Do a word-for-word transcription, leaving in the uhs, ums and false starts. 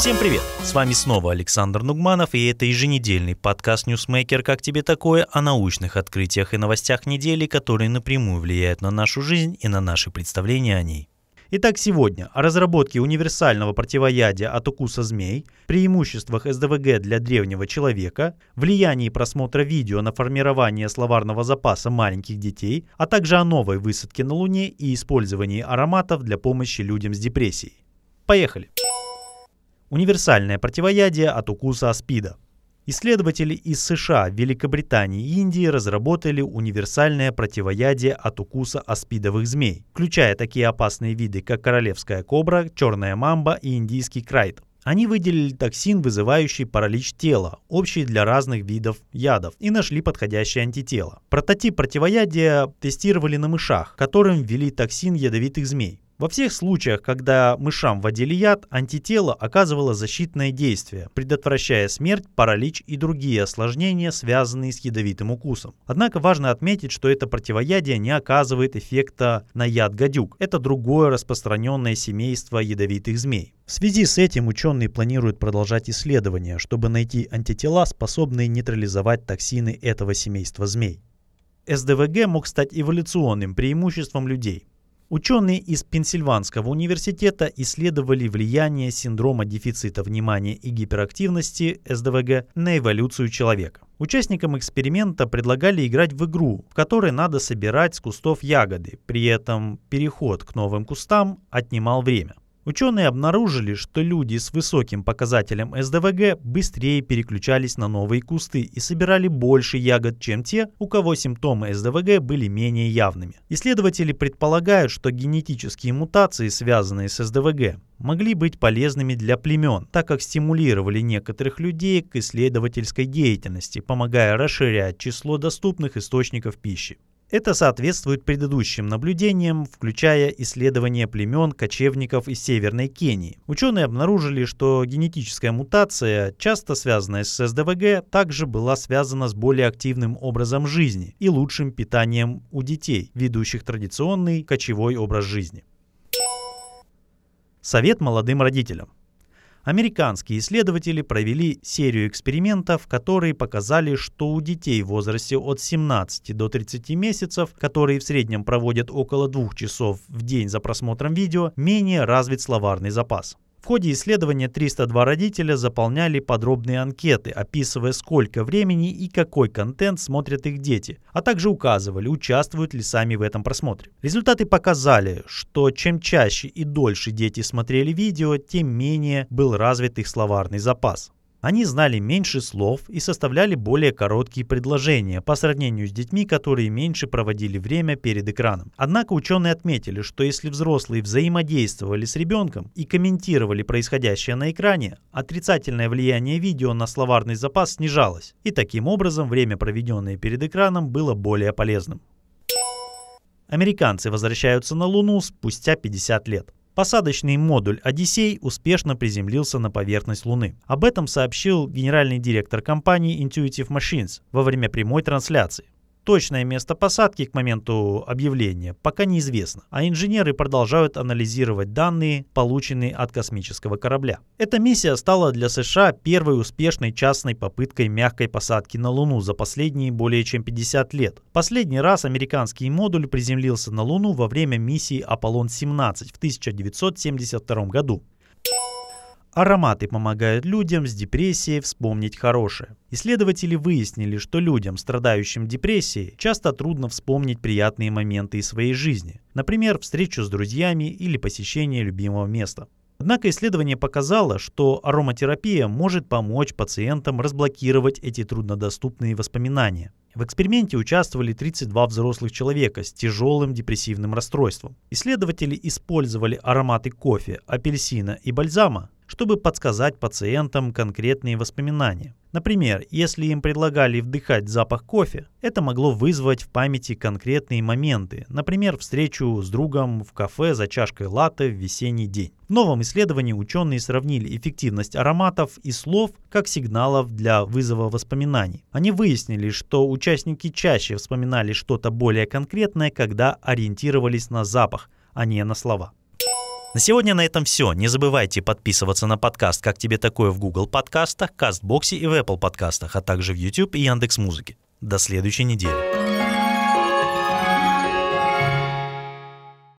Всем привет! С вами снова Александр Нугманов, и это еженедельный подкаст «Ньюсмейкер. Как тебе такое?» о научных открытиях и новостях недели, которые напрямую влияют на нашу жизнь и на наши представления о ней. Итак, сегодня о разработке универсального противоядия от укуса змей, преимуществах эс дэ вэ гэ для древнего человека, влиянии просмотра видео на формирование словарного запаса маленьких детей, а также о новой высадке на Луне и использовании ароматов для помощи людям с депрессией. Поехали! Универсальное противоядие от укуса аспида. Исследователи из США, Великобритании и Индии разработали универсальное противоядие от укуса аспидовых змей, включая такие опасные виды, как королевская кобра, черная мамба и индийский крайт. Они выделили токсин, вызывающий паралич тела, общий для разных видов ядов, и нашли подходящее антитело. Прототип противоядия тестировали на мышах, которым ввели токсин ядовитых змей. Во всех случаях, когда мышам вводили яд, антитело оказывало защитное действие, предотвращая смерть, паралич и другие осложнения, связанные с ядовитым укусом. Однако важно отметить, что это противоядие не оказывает эффекта на яд гадюк. Это другое распространенное семейство ядовитых змей. В связи с этим ученые планируют продолжать исследования, чтобы найти антитела, способные нейтрализовать токсины этого семейства змей. эс дэ вэ гэ мог стать эволюционным преимуществом людей. Ученые из Пенсильванского университета исследовали влияние синдрома дефицита внимания и гиперактивности эс дэ вэ гэ на эволюцию человека. Участникам эксперимента предлагали играть в игру, в которой надо собирать с кустов ягоды, при этом переход к новым кустам отнимал время. Ученые обнаружили, что люди с высоким показателем эс дэ вэ гэ быстрее переключались на новые кусты и собирали больше ягод, чем те, у кого симптомы эс дэ вэ гэ были менее явными. Исследователи предполагают, что генетические мутации, связанные с эс дэ вэ гэ, могли быть полезными для племен, так как стимулировали некоторых людей к исследовательской деятельности, помогая расширять число доступных источников пищи. Это соответствует предыдущим наблюдениям, включая исследования племен кочевников из Северной Кении. Ученые обнаружили, что генетическая мутация, часто связанная с эс дэ вэ гэ, также была связана с более активным образом жизни и лучшим питанием у детей, ведущих традиционный кочевой образ жизни. Совет молодым родителям. Американские исследователи провели серию экспериментов, которые показали, что у детей в возрасте от семнадцати до тридцати месяцев, которые в среднем проводят около двух часов в день за просмотром видео, менее развит словарный запас. В ходе исследования триста два родителя заполняли подробные анкеты, описывая, сколько времени и какой контент смотрят их дети, а также указывали, участвуют ли сами в этом просмотре. Результаты показали, что чем чаще и дольше дети смотрели видео, тем менее был развит их словарный запас. Они знали меньше слов и составляли более короткие предложения по сравнению с детьми, которые меньше проводили время перед экраном. Однако ученые отметили, что если взрослые взаимодействовали с ребенком и комментировали происходящее на экране, отрицательное влияние видео на словарный запас снижалось, и таким образом время, проведенное перед экраном, было более полезным. Американцы возвращаются на Луну спустя пятьдесят лет. Посадочный модуль «Одиссей» успешно приземлился на поверхность Луны. Об этом сообщил генеральный директор компании Intuitive Machines во время прямой трансляции. Точное место посадки к моменту объявления пока неизвестно, а инженеры продолжают анализировать данные, полученные от космического корабля. Эта миссия стала для США первой успешной частной попыткой мягкой посадки на Луну за последние более чем пятьдесят лет. Последний раз американский модуль приземлился на Луну во время миссии Аполлон семнадцать в тысяча девятьсот семьдесят втором году. Ароматы помогают людям с депрессией вспомнить хорошее. Исследователи выяснили, что людям, страдающим депрессией, часто трудно вспомнить приятные моменты из своей жизни, например, встречу с друзьями или посещение любимого места. Однако исследование показало, что ароматерапия может помочь пациентам разблокировать эти труднодоступные воспоминания. В эксперименте участвовали тридцать два взрослых человека с тяжелым депрессивным расстройством. Исследователи использовали ароматы кофе, апельсина и бальзама, чтобы подсказать пациентам конкретные воспоминания. Например, если им предлагали вдыхать запах кофе, это могло вызвать в памяти конкретные моменты, например, встречу с другом в кафе за чашкой латте в весенний день. В новом исследовании ученые сравнили эффективность ароматов и слов как сигналов для вызова воспоминаний. Они выяснили, что участники чаще вспоминали что-то более конкретное, когда ориентировались на запах, а не на слова. На сегодня на этом все. Не забывайте подписываться на подкаст «Как тебе такое» в Google подкастах, Кастбоксе и в Apple подкастах, а также в YouTube и Яндекс.Музыке. До следующей недели.